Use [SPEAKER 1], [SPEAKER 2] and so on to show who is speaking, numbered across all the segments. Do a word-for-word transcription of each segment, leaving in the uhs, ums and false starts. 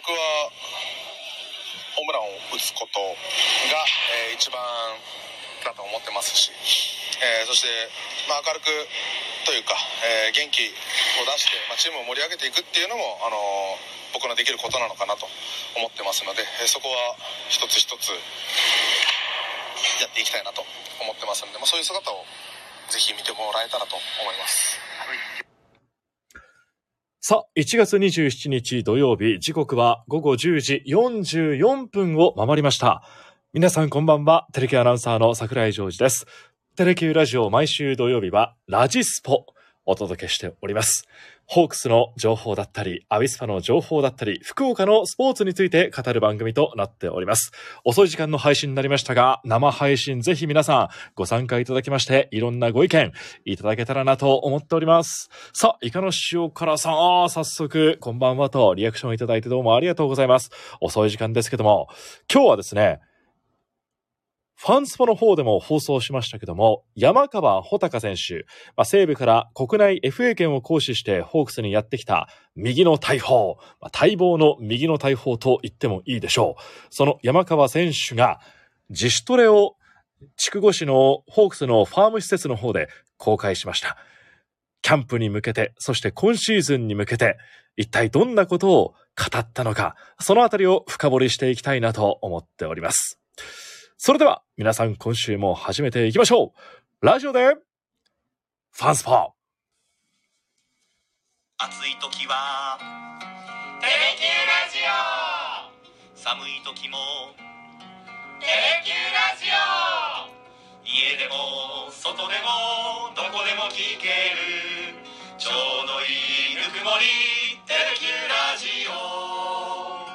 [SPEAKER 1] 僕はホームランを打つことが、えー、一番だと思ってますし、えー、そして、まあ、明るくというか、えー、元気を出して、まあ、チームを盛り上げていくっていうのも、あのー、僕のできることなのかなと思ってますので、えー、そこは一つ一つやっていきたいなと思ってますので、まあ、そういう姿をぜひ見てもらえたらと思います。はい。
[SPEAKER 2] さあ、いちがつにじゅうしちにち土曜日、時刻はごごじゅうじよんじゅうよんぷんを回りました。皆さんこんばんは、テレキューアナウンサーの櫻井ジョージです。テレキューラジオ毎週土曜日はラジスポお届けしております。ホークスの情報だったり、アビスパの情報だったり、福岡のスポーツについて語る番組となっております。遅い時間の配信になりましたが、生配信ぜひ皆さんご参加いただきまして、いろんなご意見いただけたらなと思っております。さあ、イカの塩辛さん、あ早速こんばんはとリアクションいただいてどうもありがとうございます。遅い時間ですけども、今日はですね、ファンスポの方でも放送しましたけども、山川穂高選手、まあ、西部から国内 エフエー 権を行使してホークスにやってきた右の大砲、まあ、待望の右の大砲と言ってもいいでしょう。その山川選手が自主トレを筑後市のホークスのファーム施設の方で公開しました。キャンプに向けて、そして今シーズンに向けて、一体どんなことを語ったのか、そのあたりを深掘りしていきたいなと思っております。それでは皆さん今週も始めていきましょう。ラジオでファンスポ。
[SPEAKER 3] 暑い時はテレキューラジオ、寒い時もテレキューラジオ、家でも外でもどこでも聞けるちょうどいいぬくもり、テレキューラジオ。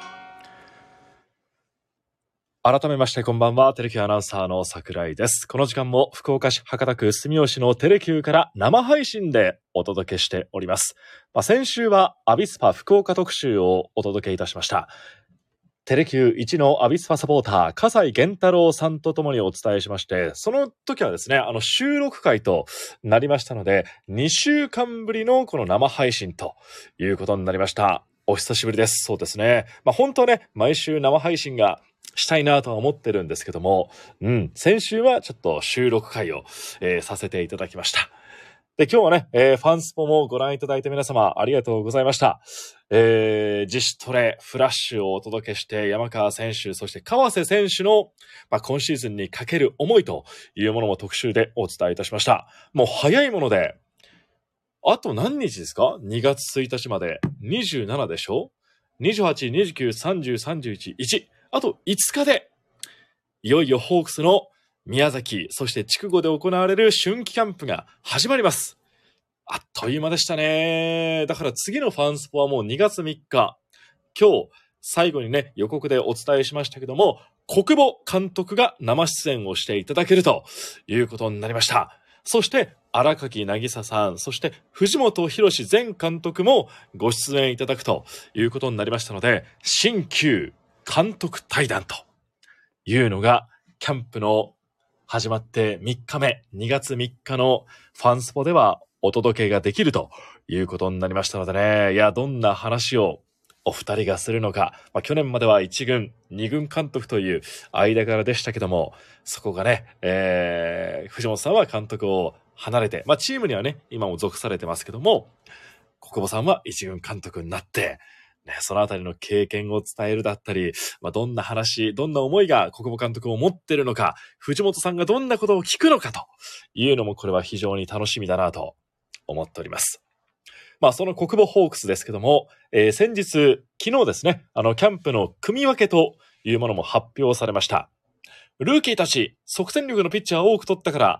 [SPEAKER 2] 改めましてこんばんは、テレキューアナウンサーの櫻井です。この時間も福岡市博多区住吉のテレキューから生配信でお届けしております。まあ、先週はアビスパ福岡特集をお届けいたしました。テレキュー一のアビスパサポーター笠井源太郎さんとともにお伝えしまして、その時はですね、あの収録会となりましたので、にしゅうかんぶりのこの生配信ということになりました。お久しぶりです。そうですね。まあ本当はね、毎週生配信がしたいなとは思ってるんですけども、うん、先週はちょっと収録会を、えー、させていただきました。で、今日はね、えー、ファンスポもご覧いただいて皆様ありがとうございました。えー、自主トレ、フラッシュをお届けして、山川選手、そして川瀬選手の、まあ、今シーズンにかける思いというものも特集でお伝えいたしました。もう早いもので、あと何日ですか ?に 月ついたちまでにじゅうななでしょ ?にじゅうはち、にじゅうく、さんじゅう、さんじゅういち、いち。あといつかで、いよいよホークスの宮崎、そして筑後で行われる春季キャンプが始まります。あっという間でしたね。だから次のファンスポはもうにがつみっか。今日、最後にね、予告でお伝えしましたけども、小久保監督が生出演をしていただけるということになりました。そして、荒垣渚さん、そして藤本博史前監督もご出演いただくということになりましたので、新旧監督対談というのがキャンプの始まってみっかめ、にがつみっかのファンスポではお届けができるということになりましたのでね、いや、どんな話をお二人がするのか、まあ、去年まではいち軍、に軍監督という間柄でしたけども、そこがね、えー、藤本さんは監督を離れて、まあ、チームにはね、今も属されてますけども、小久保さんは一軍監督になって、ね、そのあたりの経験を伝えるだったり、まあ、どんな話、どんな思いが小久保監督を持っているのか、藤本さんがどんなことを聞くのかというのも、これは非常に楽しみだなと思っております。まあ、その小久保ホークスですけども、えー、先日、昨日ですね、あの、キャンプの組み分けというものも発表されました。ルーキーたち、即戦力のピッチャーを多く取ったから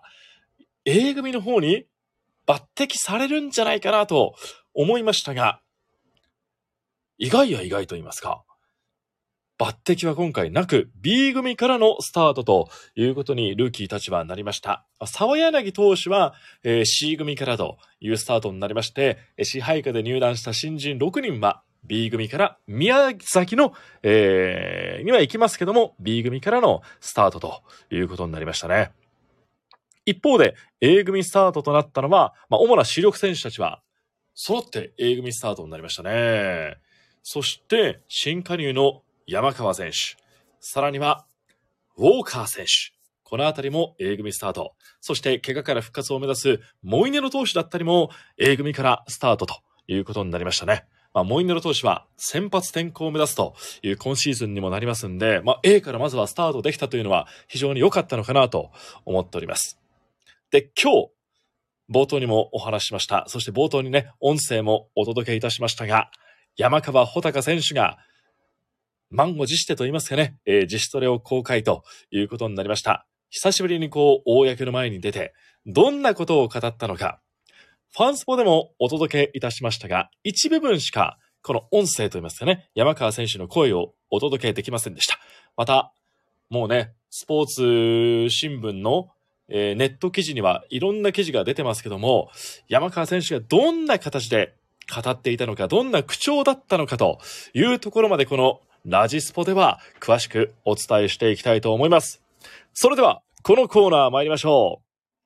[SPEAKER 2] 、A 組の方に抜擢されるんじゃないかなと思いましたが、意外や意外と言いますか、抜擢は今回なく B 組からのスタートということにルーキーたちはなりました。沢柳投手は、えー、C 組からというスタートになりまして、支配下で入団した新人ろくにんは B 組から宮崎の、えー、には行きますけども B 組からのスタートということになりましたね。一方で A 組スタートとなったのは、まあ、主な主力選手たちは揃って A 組スタートになりましたね。 そして新加入の山川選手、さらにはウォーカー選手、このあたりも A 組スタート。そして怪我から復活を目指すモイネロ投手だったりも A 組からスタートということになりましたね。まあ、モイネロ投手は先発転向を目指すという今シーズンにもなりますんで、まあ、A からまずはスタートできたというのは非常に良かったのかなと思っております。で、今日冒頭にもお話ししました。そして冒頭にね、音声もお届けいたしましたが、山川穂高選手が満を持してと言いますかね、えー、自主トレを公開ということになりました。久しぶりにこう、公の前に出て、どんなことを語ったのか、ファンスポでもお届けいたしましたが、一部分しか、この音声と言いますかね、山川選手の声をお届けできませんでした。また、もうね、スポーツ新聞の、えー、ネット記事にはいろんな記事が出てますけども、山川選手がどんな形で語っていたのか、どんな口調だったのかというところまで、このラジスポでは詳しくお伝えしていきたいと思います。それでは、このコーナー参りましょう。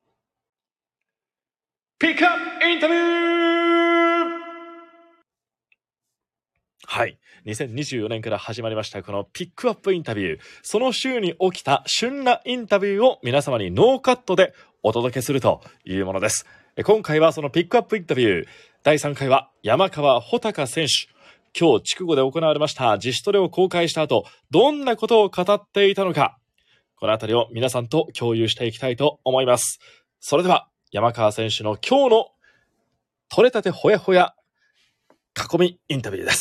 [SPEAKER 2] ピックアップインタビュー。はい。にせんにじゅうよねんから始まりましたこのピックアップインタビュー。その週に起きた旬なインタビューを皆様にノーカットでお届けするというものです。今回はそのピックアップインタビュー。だいさんかいは山川穂高選手。今日筑後で行われました自主トレを公開した後、どんなことを語っていたのか。このあたりを皆さんと共有していきたいと思います。それでは、山川選手の今日の取れたてほやほや囲みインタビューです。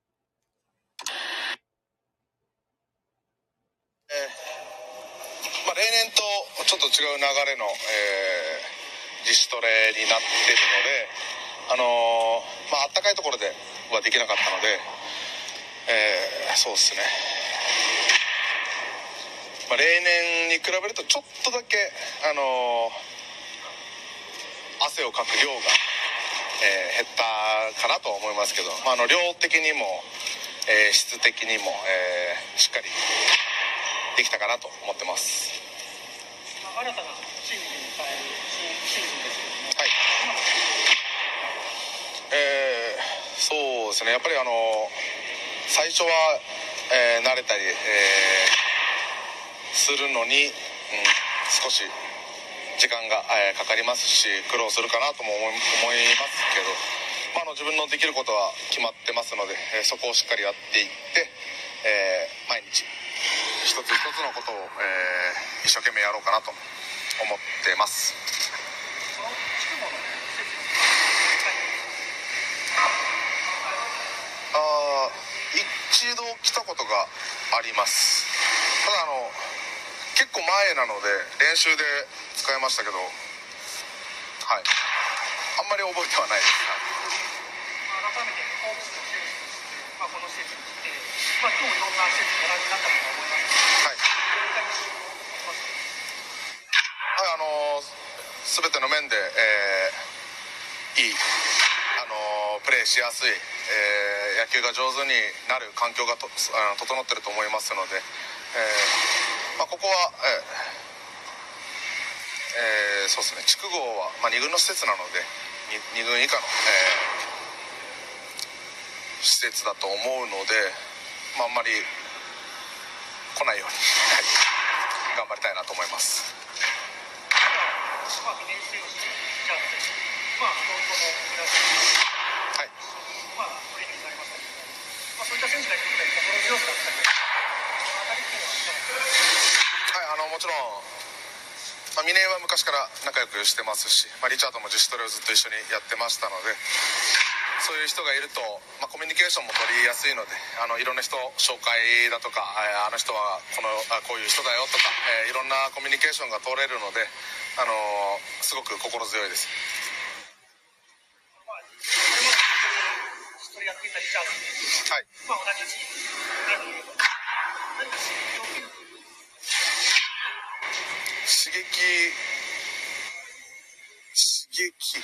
[SPEAKER 1] えーまあ、例年とちょっと違う流れの、えー、自主トレになっているので、あのーまあったかいところではできなかったので、えー、そうですね、まあ、例年に比べるとちょっとだけ、あのー、汗をかく量が、えー、減ったかなと思いますけど、まあ、あの量的にも、えー、質的にも、えー、しっかりできたかなと思ってます。
[SPEAKER 4] 新たなシーズンに変えるシーズンですけども、はい、
[SPEAKER 1] えー、そうですね、やっぱりあの最初は、えー、慣れたり、えー、するのに、うん、少し時間が、えー、かかりますし、苦労するかなとも思い、思いますけど、まあ、あの自分のできることは決まってますので、えー、そこをしっかりやっていって、えー、毎日一つ一つのことを、えー、一生懸命やろうかなと思ってます。あ一度来たことがあります。ただあの結構前なので練習で使いましたけど、はい、あんまり覚えてはないです。
[SPEAKER 4] 改めてホームスの選手として、まあ、この施設に来て、まあ、今日もいろんな施設ご覧になったと思いますけど、はい、
[SPEAKER 1] はい、あの全ての面で、えー、いい、あのプレーしやすい、えー、野球が上手になる環境がとあの整ってると思いますので、えーまあ、ここは、えーえー、そうですね、筑後は、まあ、に軍の施設なので 2, 2軍以下の、えー、施設だと思うので、まあ、あんまり来ないように頑張りたいなと思います。
[SPEAKER 4] まあ、にねん生をしてキャンプで、まあ、本当のクラスで、はい、まあ、トレーニングされましたけど、まあ、そういった選手がいるので心強くなったり、そのあたりっていうのはどうですか？
[SPEAKER 1] はい、あのもちろん、まあ、峰は昔から仲良くしてますし、まあ、リチャードも自主トレをずっと一緒にやってましたので、そういう人がいると、まあ、コミュニケーションも取りやすいので、あのいろんな人紹介だとか、あの人はこのあこういう人だよとか、えー、いろんなコミュニケーションが取れるので、あのー、すごく心強いです。
[SPEAKER 4] まあ、それやっていたリチャードで、はい、まあ、同じチームにいると、何か刺激を受けるという
[SPEAKER 1] 刺激刺激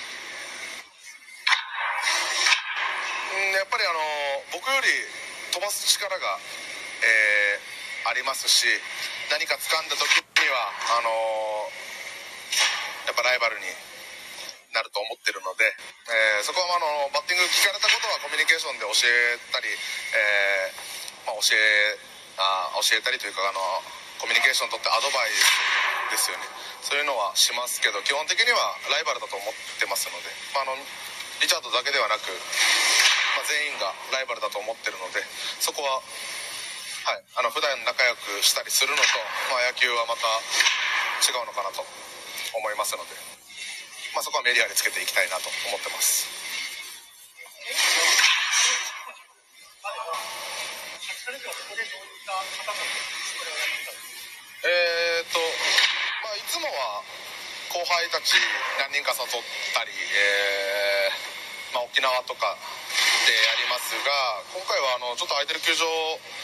[SPEAKER 1] うんやっぱりあの僕より飛ばす力が、えー、ありますし、何か掴んだ時にはあのやっぱライバルにななると思ってるので、えー、そこはあのバッティング聞かれたことはコミュニケーションで教えたり、えーまあ、教えあ教えたりというかあのコミュニケーションをとってアドバイスですよね。そういうのはしますけど、基本的にはライバルだと思ってますので、まあ、あのリチャードだけではなく、まあ、全員がライバルだと思ってるので、そこは、はい、あの普段仲良くしたりするのと、まあ、野球はまた違うのかなと思いますので、まあ、そこはメディアにつけていきたいなと思ってます。えーっと、まあ、いつもは後輩たち何人か誘ったり、えーまあ、沖縄とかでやりますが、今回はあのちょっと空いてる球場が、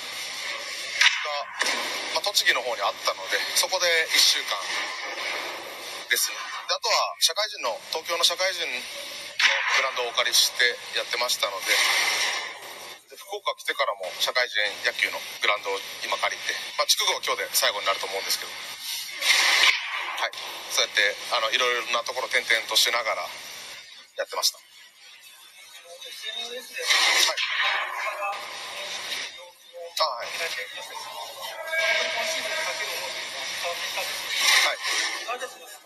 [SPEAKER 1] まあ、栃木の方にあったので、そこでいっしゅうかんですね。であとは社会人の東京の社会人のグラウンドをお借りしてやってましたので、で福岡来てからも社会人野球のグラウンドを今借りて、まあ、筑後は今日で最後になると思うんですけど、はい、そうやってあのいろいろなところ転々としながらやってました。はい、あ、はい、はい、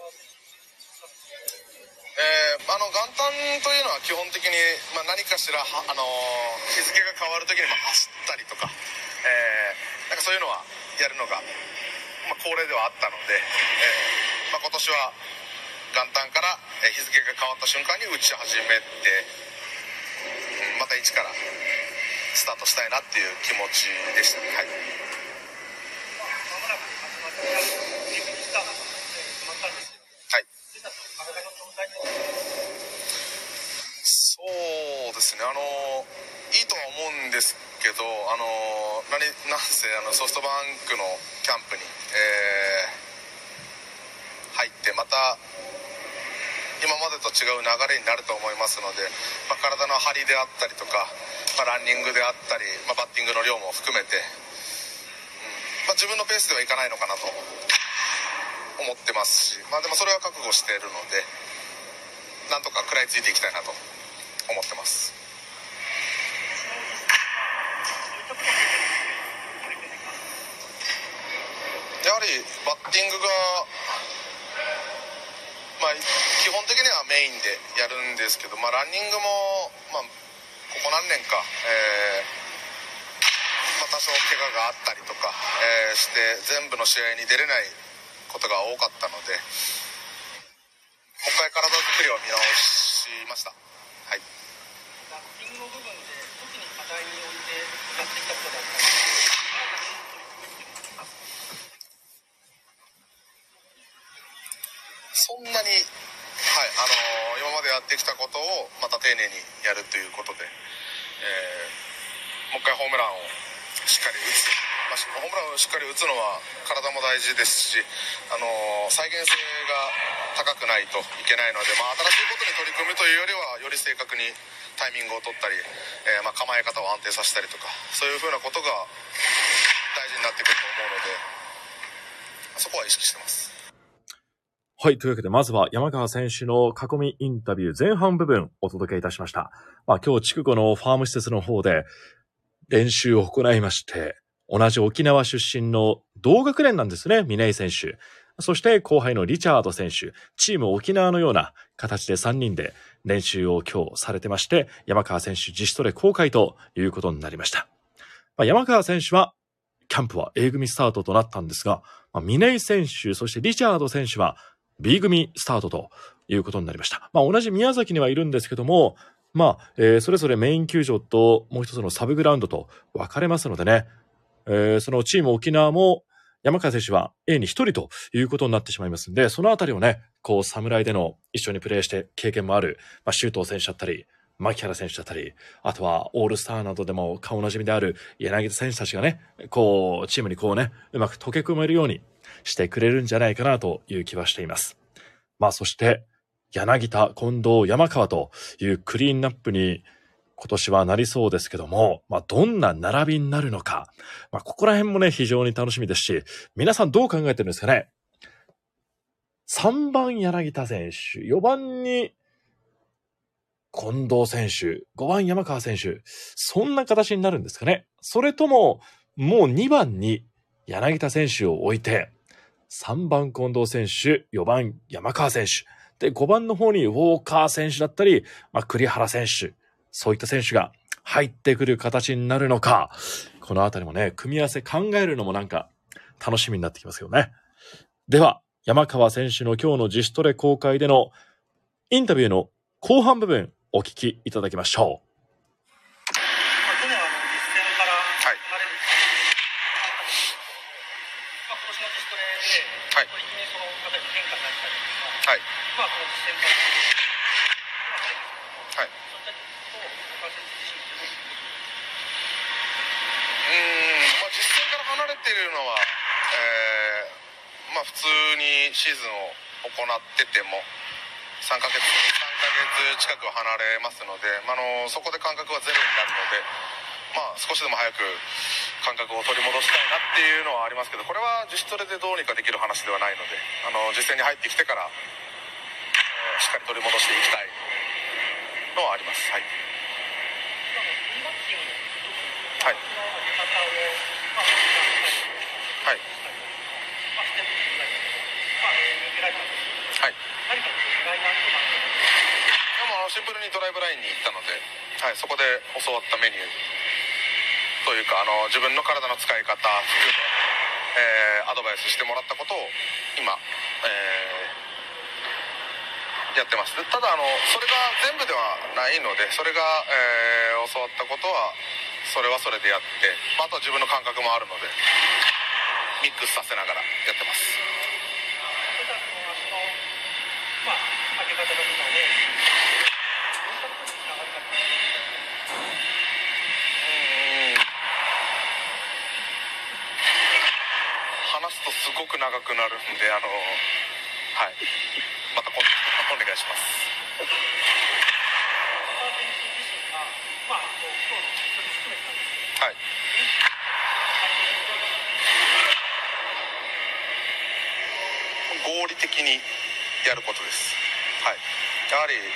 [SPEAKER 1] えー、あの元旦というのは基本的に、まあ、何かしら、あのー、日付が変わるときにも走ったりとか、えー、なんかそういうのはやるのが、まあ、恒例ではあったので、えーまあ、今年は元旦から日付が変わった瞬間に打ち始めて、また一からスタートしたいなっていう気持ちでしたね。はい、はい、そうですね、あのいいとは思うんですけど、あの何なんせあのソフトバンクのキャンプに、えー、入ってまた今までと違う流れになると思いますので、まあ、体の張りであったりとか、まあ、ランニングであったり、まあ、バッティングの量も含めて、うんまあ、自分のペースではいかないのかなと思ってますし、まあ、でもそれは覚悟しているので、なんとか食らいついていきたいなと思ってます。やはりバッティングが、まあ、基本的にはメインでやるんですけど、まあ、ランニングも、まあ、ここ何年か、えーまあ、多少怪我があったりとか、えー、して全部の試合に出れないことが多かったので、もう一回体作りを見直しました。はい、バッティングの部分で特に課題に置いてやってきたことだったり、そんなに、はい、あのー、今までやってきたことをまた丁寧にやるということで、えー、もう一回ホームランをしっかり打つ、まあ、ホームランをしっかり打つのは体も大事ですし、あのー、再現性が高くないといけないので、まあ、新しいことに取り組むというよりはより正確にタイミングを取ったり、えーまあ、構え方を安定させたりとか、そういうふうなことが大事になってくると思うので、そこは意識してます。
[SPEAKER 2] はい。というわけで、まずは山川選手の囲みインタビュー前半部分お届けいたしました。まあ今日、筑後のファーム施設の方で練習を行いまして、同じ沖縄出身の同学年なんですね、峰井選手。そして後輩のリチャード選手。チーム沖縄のような形でさんにんで練習を今日されてまして、山川選手自主トレ公開ということになりました。まあ、山川選手は、キャンプは A 組スタートとなったんですが、まあ、峰井選手、そしてリチャード選手は、B 組スタートということになりました。まあ同じ宮崎にはいるんですけども、まあ、えー、それぞれメイン球場ともう一つのサブグラウンドと分かれますのでね、えー、そのチーム沖縄も山川選手は A にひとりということになってしまいますんで、そのあたりをね、こう侍での一緒にプレーして経験もある、まあ、周東選手だったり、牧原選手だったり、あとはオールスターなどでも顔なじみである柳田選手たちがね、こうチームにこうね、うまく溶け込めるようにしてくれるんじゃないかなという気はしています。まあそして柳田、近藤、山川というクリーンナップに今年はなりそうですけども、まあどんな並びになるのか、まあここら辺もね非常に楽しみですし、皆さんどう考えてるんですかね。さんばん柳田選手、よばんに近藤選手、ごばん山川選手、そんな形になるんですかね。それとも、もうにばんに柳田選手を置いて、さんばん近藤選手、よばん山川選手、で、ごばんの方にウォーカー選手だったり、まあ、栗原選手、そういった選手が入ってくる形になるのか、このあたりもね、組み合わせ考えるのもなんか楽しみになってきますよね。では、山川選手の今日の自主トレ公開でのインタビューの後半部分お聞きいただきましょう。
[SPEAKER 4] まあ、去年はあの実戦から離れるんですけど、まあ、今年の自主トレで、
[SPEAKER 1] はい
[SPEAKER 4] 取り組みそのあたりに変化になったりとか、
[SPEAKER 1] はい
[SPEAKER 4] まあ、この実戦から
[SPEAKER 1] はい
[SPEAKER 4] そういったことを岡選手自身でどういうふうに
[SPEAKER 1] うーん、まあ、実戦から離れているのは、えーまあ、普通にシーズンを行っててもさんかげつさんかげつ近くは離れますので、まあ、あのそこで感覚はゼロになるので、まあ、少しでも早く感覚を取り戻したいなっていうのはありますけど、これは自主トレでどうにかできる話ではないので、あの実戦に入ってきてから、えーしっかり取り戻していきたいのはあります。はい、
[SPEAKER 4] まあ、インバッティングの
[SPEAKER 1] はい
[SPEAKER 4] その上げ方を、まあ、もう一回
[SPEAKER 1] はい
[SPEAKER 4] まあ、ステップじゃないけど、まあ、えー、抜けられたんですけど、
[SPEAKER 1] はい、
[SPEAKER 4] 何か違いがあるとか
[SPEAKER 1] でもあのシンプルにドライブラインに行ったので、はい、そこで教わったメニューというか、あの自分の体の使い方含め、えーアドバイスしてもらったことを今、えーやってます。ただあのそれが全部ではないので、それが、えー教わったことはそれはそれでやって、まあ、あとは自分の感覚もあるのでミックスさせながらやってます。
[SPEAKER 4] それからその足の、まあ、上げ方だとかを、どういったことにつながるかっていう
[SPEAKER 1] うーん話すとすごく長くなるんで、あのはいまた今度お願いします。
[SPEAKER 4] 岡選手自身が、まあ、こう今日の実績含めてなんですけど、
[SPEAKER 1] はい合理的にやることです。はい、やはりう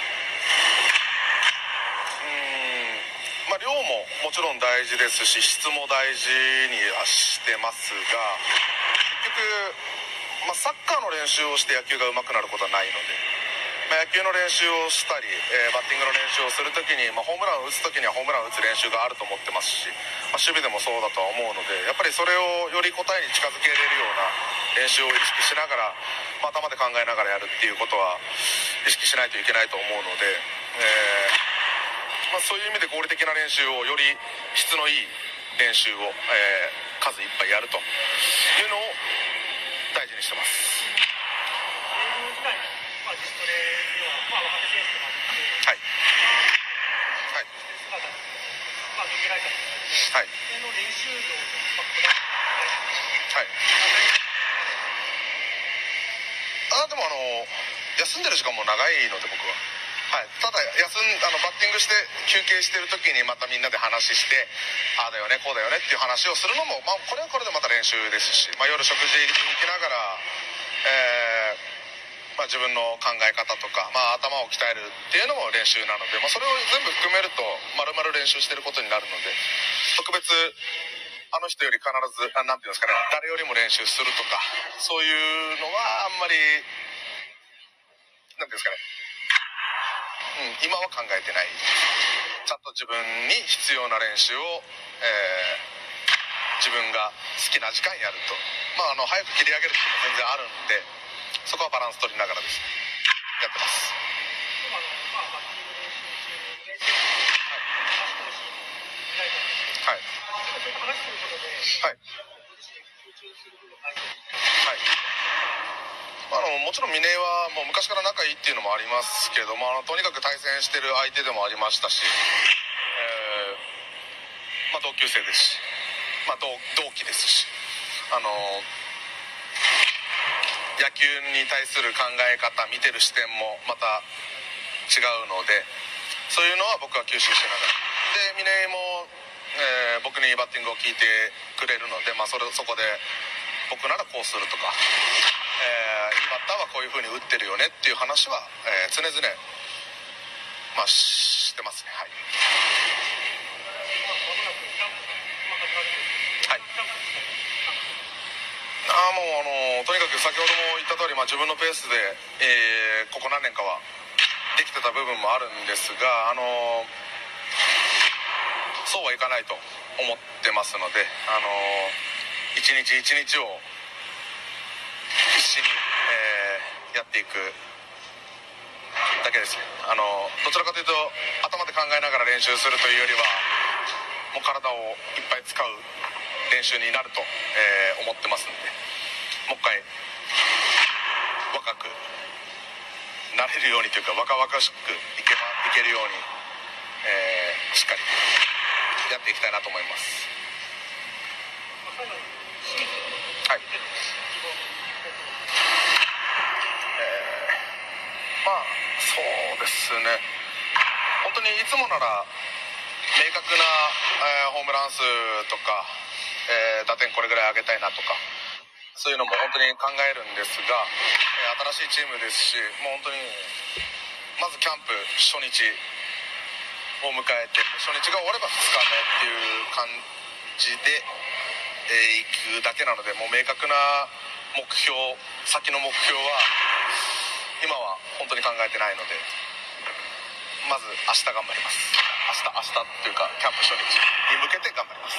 [SPEAKER 1] ーんまあ量ももちろん大事ですし、質も大事にはしてますが、結局、まあ、サッカーの練習をして野球が上手くなることはないので、まあ、野球の練習をしたり、えーバッティングの練習をするときに、まあ、ホームランを打つときにはホームランを打つ練習があると思ってますし、まあ、守備でもそうだとは思うので、やっぱりそれをより答えに近づけれるような練習を意識しながら、まあ、頭で考えながらやるっていうことは意識しないといけないと思うので、えーまあ、そういう意味で合理的な練習をより質のいい練習を、えー数いっぱいやるというのを大事にしてます。
[SPEAKER 4] 営業時代の、まあ、自主トレでは、まあ、若手選手とかにって、
[SPEAKER 1] はいはい
[SPEAKER 4] 姿に、まあ、抜けられたんですけど、
[SPEAKER 1] はい
[SPEAKER 4] それの練習量の、まあ、こだわり
[SPEAKER 1] はいあでもあの休んでる時間も長いので僕は、はい、ただ休んあのバッティングして休憩してる時にまたみんなで話してああだよねこうだよねっていう話をするのも、まあ、これはこれでまた練習ですし、まあ、夜食事に行きながら、えーまあ、自分の考え方とか、まあ、頭を鍛えるっていうのも練習なので、まあ、それを全部含めると丸々練習してることになるので、特別あの人より必ずあなんていうんですかね、誰よりも練習するとかそういうのはあんまりなんていうんですかね、うん、今は考えてない。ちゃんと自分に必要な練習を、えー自分が好きな時間やると、まあ、あの早く切り上げるっていうのも全然あるんで、そこはバランス取りながらですねやってます。
[SPEAKER 4] でもあの、まあ、バッティング練習中に練習を話してほしい見られたんですけど、
[SPEAKER 1] はい
[SPEAKER 4] そういった話することで、
[SPEAKER 1] はい
[SPEAKER 4] ご自身が集中する部分があるんですか？
[SPEAKER 1] はいまあ、あのもちろん峰はもう昔から仲いいっていうのもありますけども、あのとにかく対戦してる相手でもありましたし、えーまあ、同級生ですし、まあ、同, 同期ですし、あの野球に対する考え方見てる視点もまた違うので、そういうのは僕は吸収しながらで、峰も、えー僕にバッティングを聞いてくれるので、まあ、それそこで僕ならこうするとか、えー、いいバッターはこういう風に打ってるよねっていう話は、えー常々、ままあしてますね。はい。はい。ああもうあのとにかく先ほども言った通り、まあ、自分のペースで、えー、ここ何年かはできてた部分もあるんですが、あのそうはいかないと思ってますので、あの一日一日を必死に、えー、やっていくだけですね。あのどちらかというと頭で考えながら練習するというよりは、もう体をいっぱい使う練習になると、えー、思ってますので、もう一回若くなれるようにというか、若々しくいけばいけるように、えー、しっかりやっていきたいなと思います。はい。えー、まあそうですね。本当にいつもなら明確な、えー、ホームラン数とか、えー、打点これぐらい上げたいなとか、そういうのも本当に考えるんですが、えー、新しいチームですし、もう本当にまずキャンプ初日を迎えて、初日が終わればふつかめっていう感じで、えー、行くだけなので、もう明確な目標、先の目標は今は本当に考えてないので、まず明日頑張ります。明日明日というかキャンプ初日に向けて頑張ります。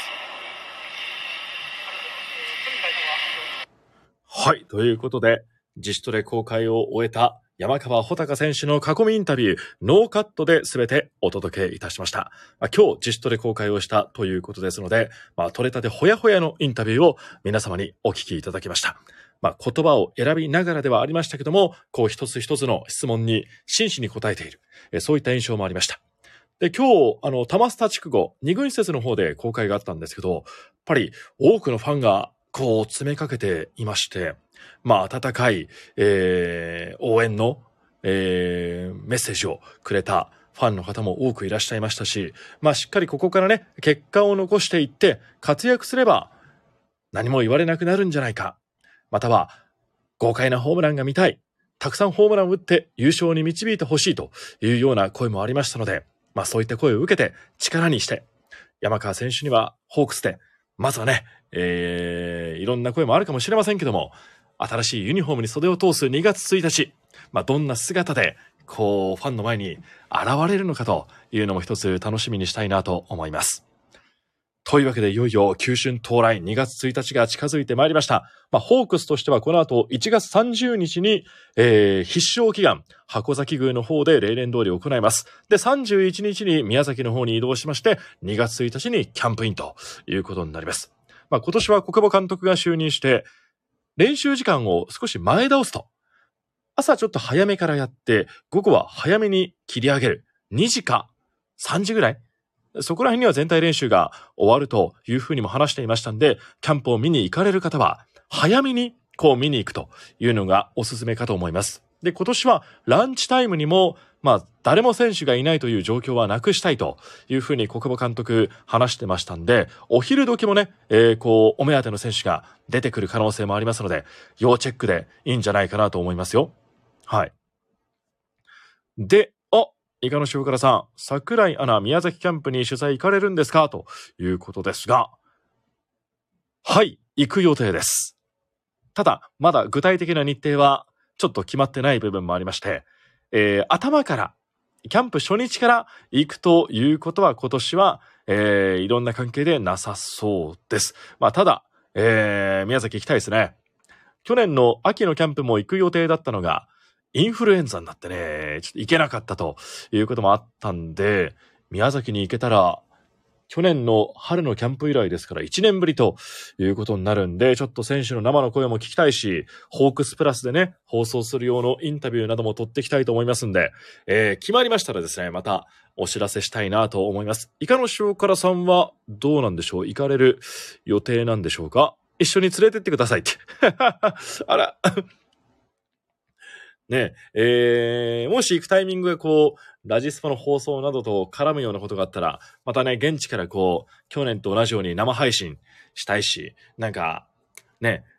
[SPEAKER 2] はい。ということで、自主トレ公開を終えた山川穂高選手の囲みインタビュー、ノーカットで全てお届けいたしました。まあ、今日自主トレ公開をしたということですので、まあ、取れたてほやほやのインタビューを皆様にお聞きいただきました。まあ、言葉を選びながらではありましたけども、こう一つ一つの質問に真摯に答えている、えそういった印象もありました。で、今日、あの、玉ス筑後、二軍施設の方で公開があったんですけど、やっぱり多くのファンがこう詰めかけていまして、まあ、温かい、えー、応援の、えー、メッセージをくれたファンの方も多くいらっしゃいましたし、まあ、しっかりここからね、結果を残していって、活躍すれば何も言われなくなるんじゃないか。または、豪快なホームランが見たい。たくさんホームランを打って優勝に導いてほしいというような声もありましたので、まあそういった声を受けて力にして、山川選手にはホークスで、まずはね、えー、いろんな声もあるかもしれませんけども、新しいユニフォームに袖を通すにがつついたち、まあどんな姿で、こう、ファンの前に現れるのかというのも一つ楽しみにしたいなと思います。というわけでいよいよ球春到来にがつついたちが近づいてまいりました。まあ、ホークスとしてはこの後いちがつさんじゅうにちに、えー、必勝祈願、箱崎宮の方で例年通り行います。で、さんじゅういちにちに宮崎の方に移動しまして、にがつついたちにキャンプインということになります。まあ、今年は小久保監督が就任して、練習時間を少し前倒すと。朝ちょっと早めからやって、午後は早めに切り上げる。にじかさんじぐらいそこら辺には全体練習が終わるというふうにも話していましたんで、キャンプを見に行かれる方は、早めにこう見に行くというのがおすすめかと思います。で、今年はランチタイムにも、まあ、誰も選手がいないという状況はなくしたいというふうに小久保監督話してましたんで、お昼時もね、えー、こう、お目当ての選手が出てくる可能性もありますので、要チェックでいいんじゃないかなと思いますよ。はい。で、イカの塩辛さん、桜井アナ、宮崎キャンプに取材行かれるんですかということですが、はい、行く予定です。ただ、まだ具体的な日程はちょっと決まってない部分もありまして、えー、頭から、キャンプ初日から行くということは今年は、えー、いろんな関係でなさそうです。まあ、ただ、えー、宮崎行きたいですね。去年の秋のキャンプも行く予定だったのが、インフルエンザになってね、ちょっと行けなかったということもあったんで、宮崎に行けたら、去年の春のキャンプ以来ですからいちねんぶりということになるんで、ちょっと選手の生の声も聞きたいし、ホークスプラスでね、放送する用のインタビューなども取っていきたいと思いますんで、えー、決まりましたらですね、またお知らせしたいなと思います。イカの塩辛さんはどうなんでしょう？行かれる予定なんでしょうか？一緒に連れてってくださいって。あら。ねえ、えー、もし行くタイミングがこう、ラジスパの放送などと絡むようなことがあったら、またね、現地からこう、去年と同じように生配信したいし、なんか、ね、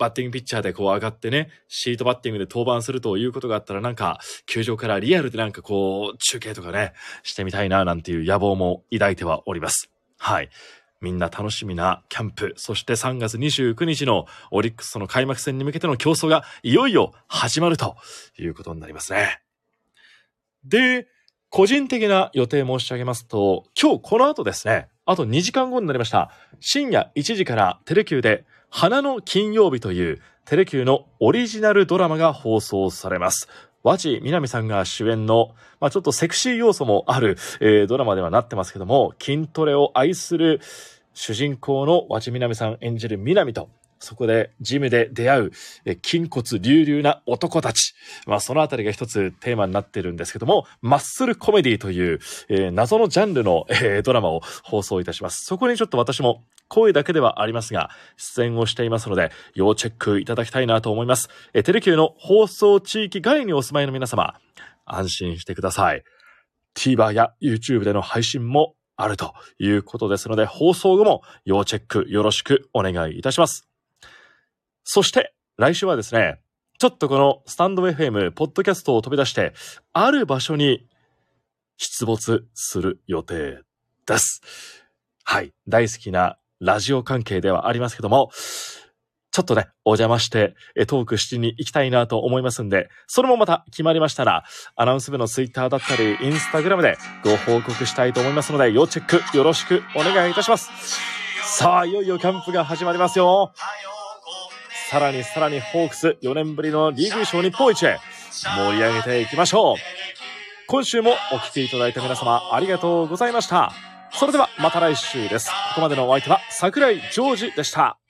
[SPEAKER 2] バッティングピッチャーでこう上がってね、シートバッティングで登板するということがあったら、なんか球場からリアルでなんかこう中継とかねしてみたいななんていう野望も抱いてはおります。はい、みんな楽しみなキャンプ、そしてさんがつにじゅうくにちのオリックスとの開幕戦に向けての競争がいよいよ始まるということになりますね。で、個人的な予定申し上げますと、今日この後ですね、あとにじかんごになりました。深夜いちじからテレキューで花の金曜日というテレキューのオリジナルドラマが放送されます。和地みなみさんが主演の、まあ、ちょっとセクシー要素もある、えー、ドラマではなってますけども、筋トレを愛する主人公の和地みなみさん演じるみなみと、そこでジムで出会うえ筋骨隆々な男たち、まあ、そのあたりが一つテーマになっているんですけども、マッスルコメディという、えー、謎のジャンルの、えー、ドラマを放送いたします。そこにちょっと私も声だけではありますが出演をしていますので、要チェックいただきたいなと思います。えー、テレキューの放送地域外にお住まいの皆様、安心してください。 TVer や YouTube での配信もあるということですので、放送後も要チェックよろしくお願いいたします。そして来週はですね、ちょっとこのスタンド エフエム ポッドキャストを飛び出してある場所に出没する予定です。はい、大好きなラジオ関係ではありますけども、ちょっとねお邪魔してトークしに行きたいなと思いますんで、それもまた決まりましたらアナウンス部のツイッターだったりインスタグラムでご報告したいと思いますので、要チェックよろしくお願いいたします。さあ、いよいよキャンプが始まりますよ。さらにさらにホークスよねんぶりのリーグ優勝日本一へ盛り上げていきましょう。今週もお聞きいただいた皆様ありがとうございました。それではまた来週です。ここまでのお相手は櫻井ジョージでした。